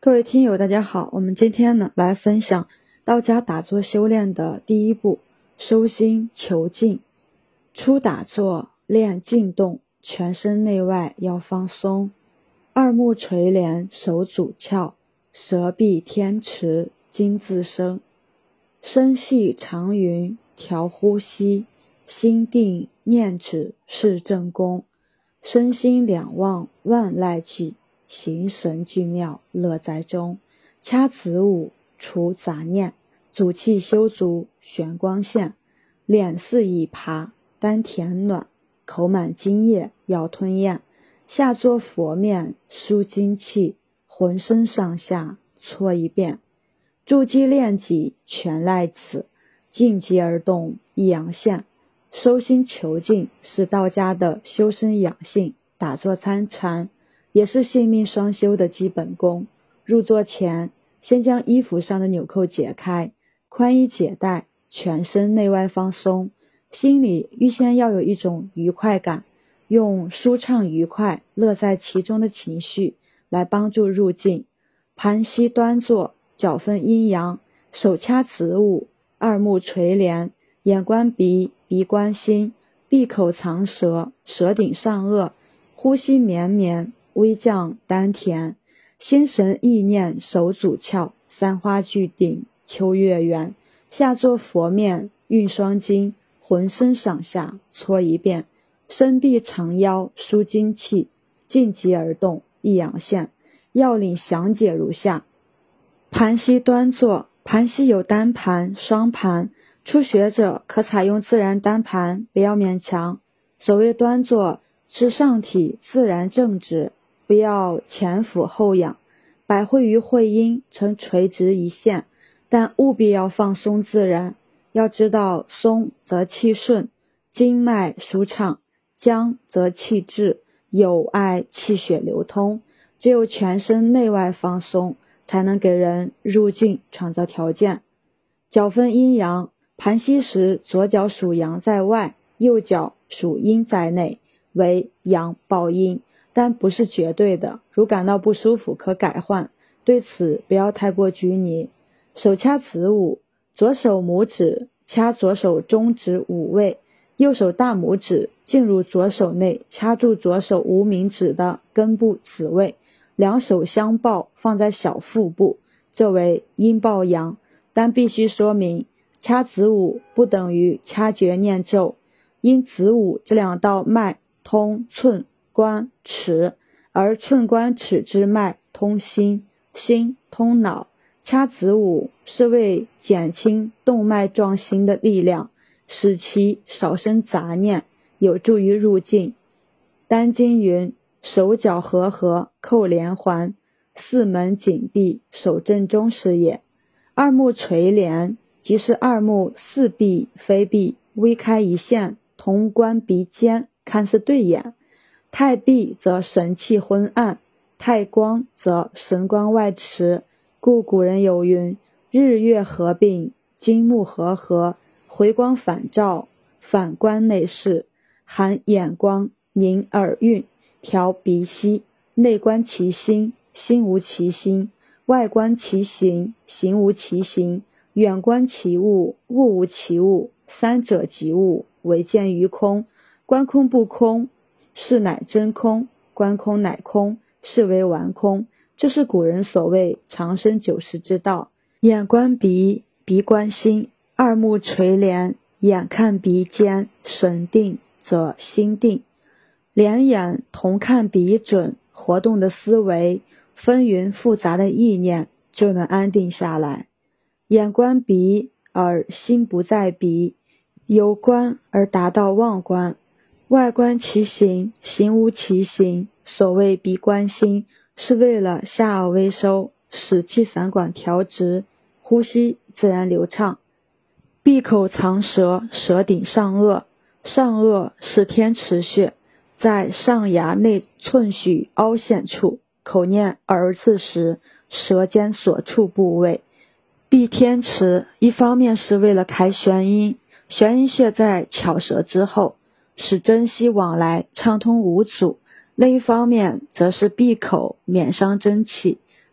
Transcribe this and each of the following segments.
各位听友大家好，我们今天呢来分享道家打坐修炼的第一步，收心求静。初打坐练静动，全身内外要放松，二目垂帘，手足翘，舌闭天池，精自生，声细长匀，调呼吸，心定念止是正功，身心两忘万籁寂，形神俱妙乐在中，掐子午除杂念，阻气修足玄光现，脸似已爬，丹田暖，口满津液要吞咽，下坐佛面舒精气，浑身上下搓一遍，筑基练己全赖此，静极而动一阳现。收心求静是道家的修身养性，打坐参禅也是性命双修的基本功。入座前，先将衣服上的纽扣解开，宽衣解带，全身内外放松，心里预先要有一种愉快感，用舒畅愉快乐在其中的情绪来帮助入静。盘膝端坐，脚分阴阳，手掐子午，二目垂帘，眼观鼻，鼻观心，闭口藏舌，舌顶上颚，呼吸绵绵，微降丹田，心神意念手足翘，三花聚顶，秋月圆，下坐佛面，运双筋，浑身上下搓一遍，身臂长腰，舒精气，静极而动一阳现。要领详解如下：盘膝端坐，盘膝有单盘、双盘，初学者可采用自然单盘，不要勉强。所谓端坐，是上体自然正直，不要前俯后仰，百会于会阴呈垂直一线，但务必要放松自然。要知道，松则气顺，经脉舒畅；僵则气滞，有碍气血流通。只有全身内外放松，才能给人入静创造条件。脚分阴阳，盘膝时左脚属阳在外，右脚属阴在内，为阳抱阴，但不是绝对的，如感到不舒服可改换，对此不要太过拘泥。手掐子午，左手拇指掐左手中指五位，右手大拇指进入左手内，掐住左手无名指的根部子位，两手相抱放在小腹部，这为阴抱阳，但必须说明掐子午不等于掐诀念咒，因子午这两道脉通寸关尺，而寸关尺之脉通心，心通脑，掐子午是为减轻动脉撞心的力量，使其少生杂念，有助于入静。丹经云：手脚合，扣连环，四门紧闭，手正中时也。二目垂帘，即是二目四闭非闭，微开一线，同观鼻尖，看似对眼。太闭则神气昏暗，太光则神光外驰，故古人有云：日月合并，金木合，回光返照，反观内视，含眼光，凝耳运，调鼻息，内观其心，心无其心；外观其形，形无其形；远观其物，物无其物。三者即物，唯见于空。观空不空，是乃真空；观空乃空，是为完空。这是古人所谓长生久视之道。眼观鼻，鼻观心，二目垂帘，眼看鼻尖，神定则心定。两眼同看鼻准，活动的思维，纷纭复杂的意念就能安定下来。眼观鼻而心不在鼻，由观而达到忘观。外观其形，形无其形。所谓鼻观心，是为了下颚微收，使气散管调直，呼吸自然流畅。闭口藏舌，舌顶上颚，上颚是天池穴，在上牙内寸许凹陷处，口念儿字时，舌尖所处部位。闭天池一方面是为了开玄阴，玄阴穴在巧舌之后，使真息往来畅通无阻；另一方面则是闭口免伤真气，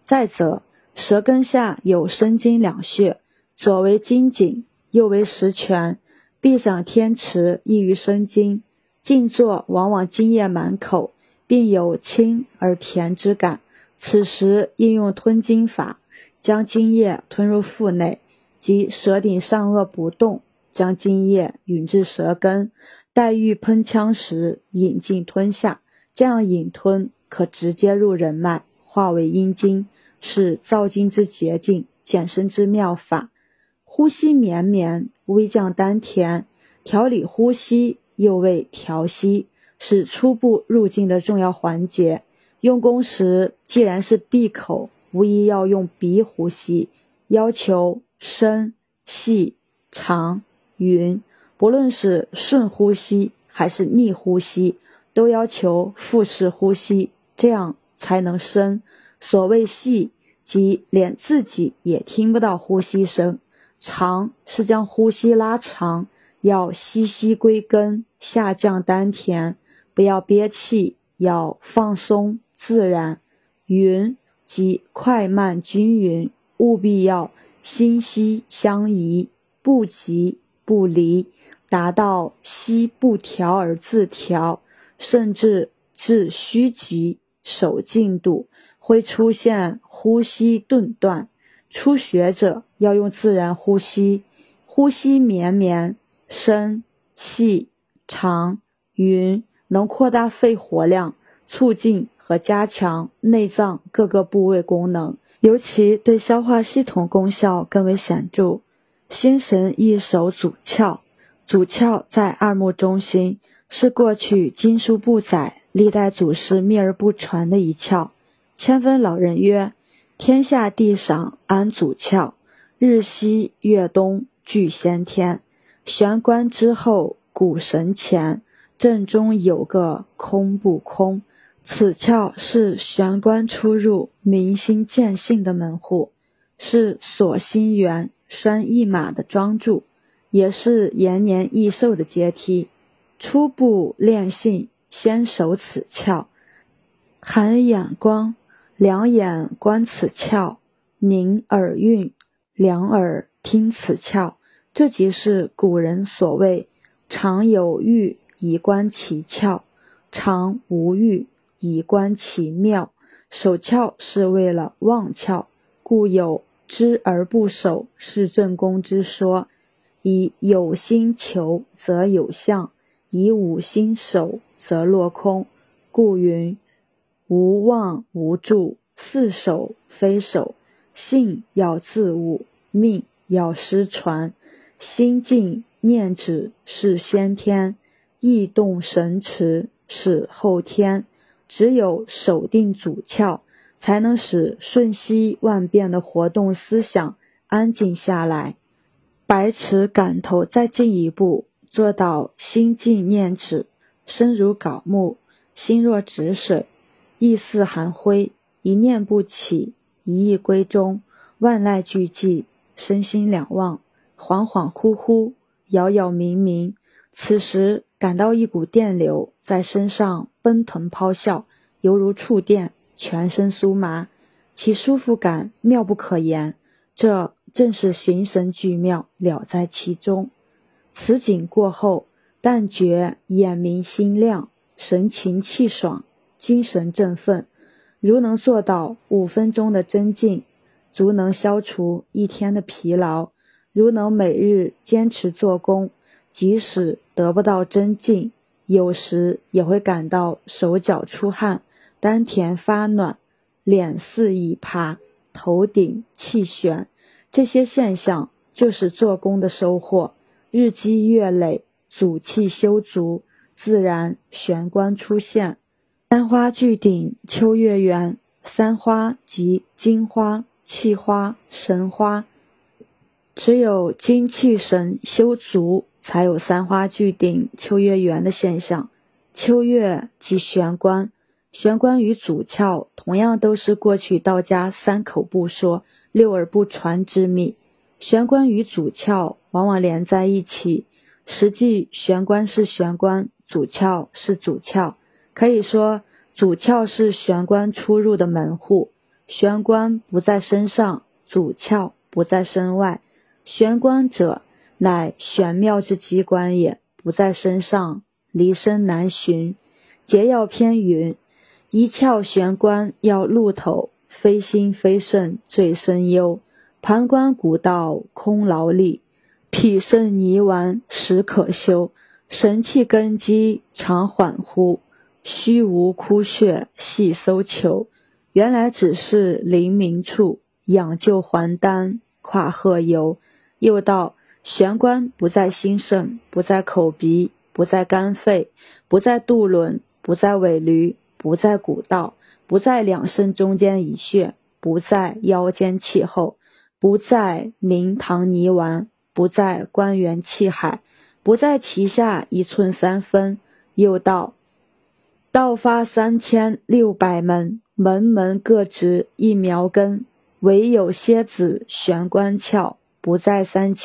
再则，舌根下有生津两穴，左为筋井，右为实泉，闭上天池，易于生津。静坐往往津液满口，并有清而甜之感，此时应用吞津法，将津液吞入腹内，即舌顶上颚不动，将津液吮至舌根，待欲喷腔时引进吞下。这样引吞可直接入人脉，化为阴经，是造津之捷径，减身之妙法。呼吸绵绵，微降丹田，调理呼吸又谓调息，是初步入境的重要环节。用功时既然是闭口，无疑要用鼻呼吸，要求深、细、长、匀，不论是顺呼吸还是逆呼吸，都要求腹式呼吸，这样才能深。所谓细，即连自己也听不到呼吸声；长是将呼吸拉长，要息息归根，下降丹田，不要憋气，要放松自然。匀即快慢均匀，务必要心息相宜，不急不离，达到息不调而自调，甚至虚极守静度，会出现呼吸顿断。初学者要用自然呼吸，呼吸绵绵、深、细、长、匀，能扩大肺活量，促进和加强内脏各个部位功能，尤其对消化系统功效更为显著。心神易守祖窍，祖窍在二目中心，是过去经书不载，历代祖师秘而不传的一窍。千分老人曰：天下地上安祖窍，日西月东具先天。玄关之后谷神前，正中有个空不空。此窍是玄关出入明心见性的门户，是锁心源拴驿马的桩柱，也是延年益寿的阶梯。初步练性，先守此窍，含眼光，两眼观此窍，凝耳运，两耳听此窍。这即是古人所谓常有欲以观其窍，常无欲以观其妙。守窍是为了忘窍，故有知而不守是正宫之说。以有心求则有相，以无心守则落空。故云无妄无助，似守非守。性要自悟，命要失传。心静念止是先天，意动神驰是后天。只有守定祖窍，才能使瞬息万变的活动思想安静下来。百尺赶头再进一步，做到心静念止，身如槁木，心若止水，意似含灰，一念不起，一意归中，万籁俱寂，身心两忘，恍恍惚惚，杳杳冥冥。此时感到一股电流在身上奔腾咆哮，犹如触电，全身酥麻，其舒服感妙不可言。这正是形神俱妙，了在其中。此景过后，但觉眼明心亮，神清气爽，精神振奋。如能做到5分钟的真静，足能消除一天的疲劳。如能每日坚持做工，即使得不到真静，有时也会感到手脚出汗，丹田发暖，脸似已爬，头顶气旋。这些现象就是做工的收获。日积月累，祖气修足，自然玄关出现。三花聚顶秋月圆，三花即精花、气花、神花。只有精气神修足，才有三花聚顶秋月圆的现象。秋月即玄关，玄关与祖窍同样都是过去道家3口不说6耳不传之秘。玄关与祖窍往往连在一起，实际玄关是玄关，祖窍是祖窍。可以说祖窍是玄关出入的门户， 玄关不在身上，主窍不在身外。玄关者，乃玄妙之机关也，不在身上，离身难寻。节要篇云：一窍玄关要路头，非心非肾最深忧。盘关古道空劳力，脾肾泥丸实可修。神气根基常缓乎，虚无枯血细搜求。原来只是灵明处，养就还丹跨壑游。又道玄关不在心肾，不在口鼻，不在肝肺，不在肚轮，不在尾闾，不在骨道，不在两肾中间一穴，不在腰间气后，不在明堂泥丸，不在关元气海，不在其下1寸3分。又道道发3600门，门门各植一苗根，唯有蝎子玄关窍，不在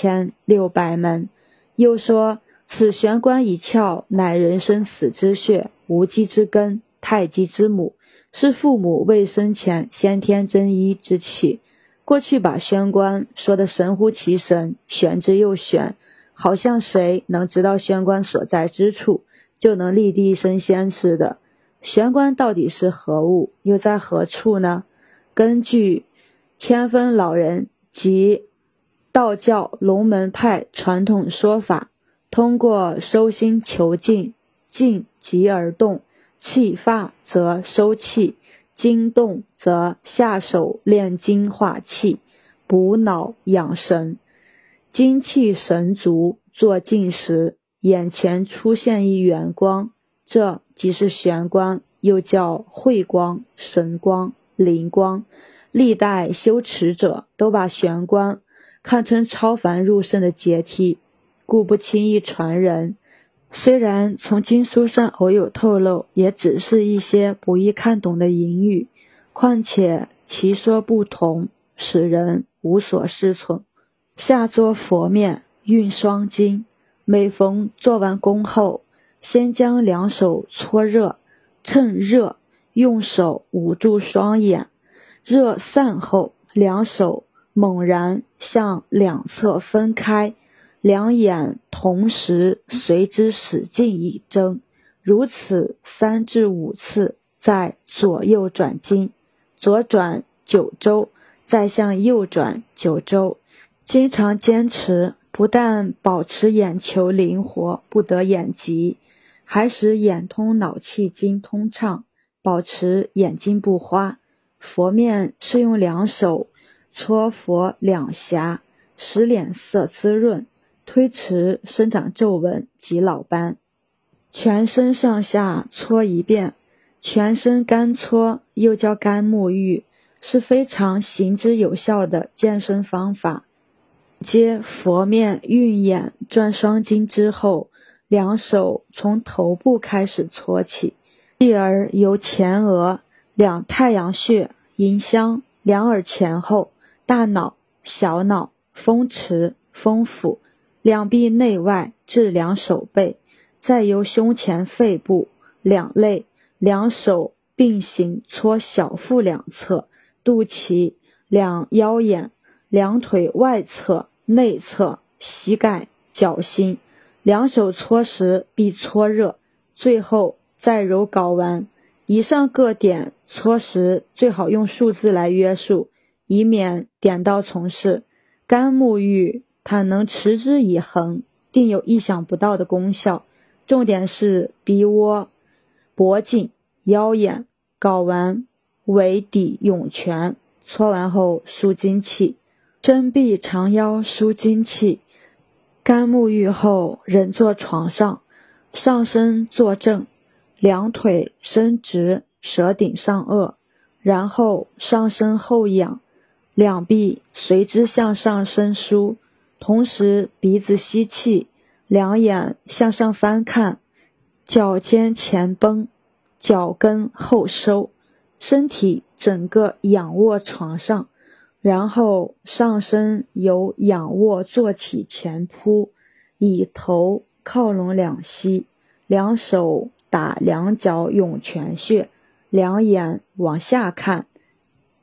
3600门。又说此玄关一窍，乃人生死之穴，无机之根，太极之母，是父母未生前先天真一之气。过去把玄关说得神乎其神，玄之又玄，好像谁能知道玄关所在之处，就能立地升仙似的。玄关到底是何物，又在何处呢？根据千分老人及道教龙门派传统说法，通过收心求静，静即而动，气发则收气，经动则下手炼精化气，补脑养神。精气神足，做静时，眼前出现一圆光，这即是玄关，又叫慧光、神光、灵光。历代修持者都把玄关看成超凡入圣的阶梯，故不轻易传人。虽然从经书上偶有透露，也只是一些不易看懂的隐语，况且其说不同，使人无所适从。下作佛面，运双筋，每逢做完功后，先将两手搓热，趁热用手捂住双眼，热散后，两手猛然向两侧分开，两眼同时随之使劲一睁，如此3至5次，再左右转筋，左转9周，再向右转9周。经常坚持，不但保持眼球灵活，不得眼疾，还使眼通脑气经通畅，保持眼睛不花。佛面是用两手搓佛两颊，使脸色滋润，推迟生长皱纹及老斑。全身上下搓一遍，全身干搓又叫干沐浴，是非常行之有效的健身方法。接佛面运眼转双筋之后，两手从头部开始搓起，继而由前额、两太阳穴、迎香、两耳前后、大脑、小脑、风池、风府、两臂内外至两手背，再由胸前肺部、两肋、两手并行搓小腹两侧、肚脐、两腰眼、两腿外侧、内侧、膝盖、脚心。两手搓时必搓热，最后再揉睾丸。以上各点搓时最好用数字来约束，以免点到从事。干沐浴它能持之以恒，定有意想不到的功效。重点是鼻窝、脖颈、腰眼、睾丸、尾底、涌泉，搓完后舒精气。伸臂长腰舒精气。干沐浴后，人坐床上，上身坐正，两腿伸直，舌顶上颚，然后上身后仰，两臂随之向上伸舒，同时鼻子吸气，两眼向上翻看，脚尖前绷，脚跟后收，身体整个仰卧床上，然后上身由仰卧坐起前扑，以头靠拢两膝，两手打两脚涌泉穴，两眼往下看，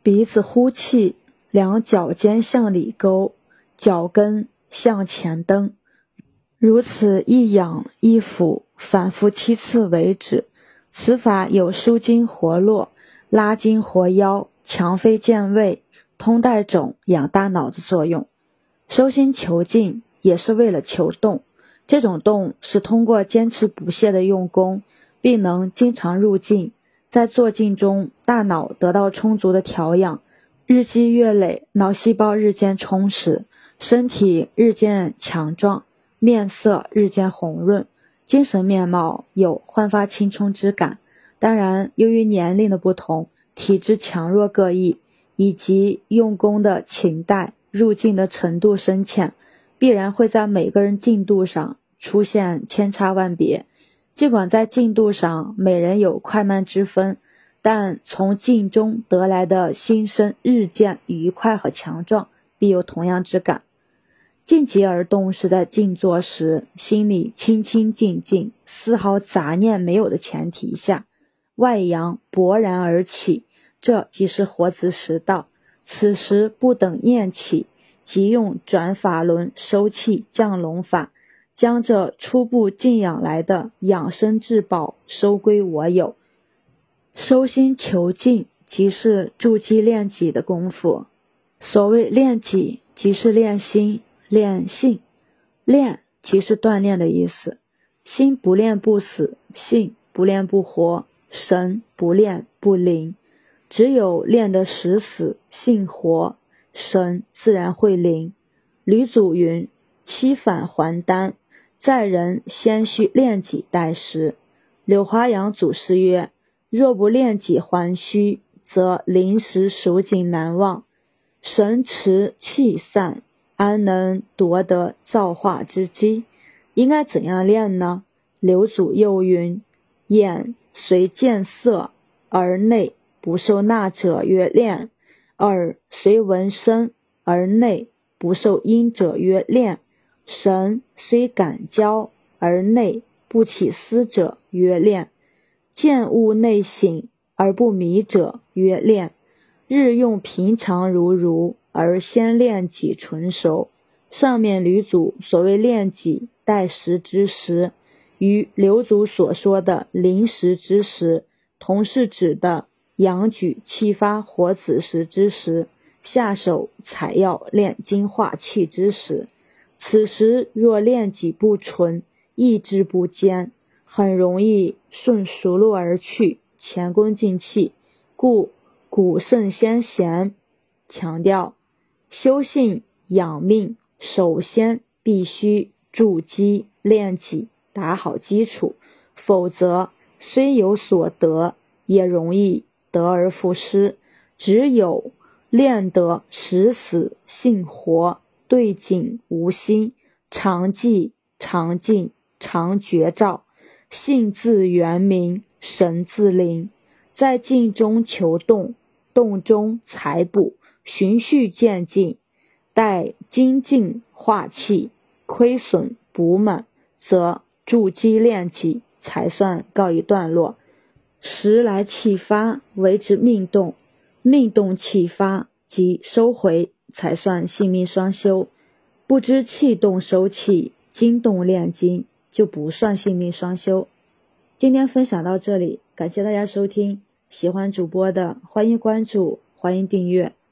鼻子呼气，两脚尖向里勾，脚跟向前蹬，如此一仰一俯，反复7次为止。此法有舒筋活络、拉筋活腰、强肺健胃、通带肿、养大脑的作用。收心求静也是为了求动，这种动是通过坚持不懈的用功，并能经常入静，在坐静中大脑得到充足的调养，日积月累，脑细胞日渐充实，身体日渐强壮，面色日渐红润，精神面貌有焕发青春之感。当然，由于年龄的不同，体质强弱各异，以及用功的勤怠、入静的程度深浅，必然会在每个人进度上出现千差万别。尽管在进度上每人有快慢之分，但从静中得来的心身日渐愉快和强壮，必有同样之感。静极而动是在静坐时，心里清清静静，丝毫杂念没有的前提下，外阳勃然而起，这即是活子时到。此时不等念起，即用转法轮收气降龙法，将这初步静养来的养生至宝收归我有。收心求静即是筑基练己的功夫。所谓练己，即是练心练性，练即是锻炼的意思。心不练不死，性不练不活，神不练不灵。只有练得时死，性活，神自然会灵。吕祖云：七返还丹，在人先须练己待时。柳华阳祖师曰：若不练己还虚，则临时蜀锦难忘。神驰气散，安能夺得造化之机？应该怎样练呢？刘祖又云：眼随见色而内不受纳者曰练，耳随闻声而内不受音者曰练，神虽感交而内不起思者曰练，见物内省而不迷者曰练。日用平常如而先练己纯熟。上面吕祖所谓练己待时之时，与刘祖所说的临时之时，同是指的阳举气发活子时之时，下手采药炼精化气之时。此时若练己不纯，意志不坚，很容易顺熟路而去，前功尽弃。故古圣先贤强调，修性养命首先必须筑基练己，打好基础，否则虽有所得，也容易得而复失。只有练得时死性活，对景无心，常寂常静常觉照，性自圆明，神自灵，在静中求动，动中采补，循序渐进，待精进化气，亏损补满，则筑基练己才算告一段落。时来气发为之命动，命动气发即收回，才算性命双修。不知气动收气，筋动练筋，就不算性命双修。今天分享到这里，感谢大家收听，喜欢主播的欢迎关注，欢迎订阅。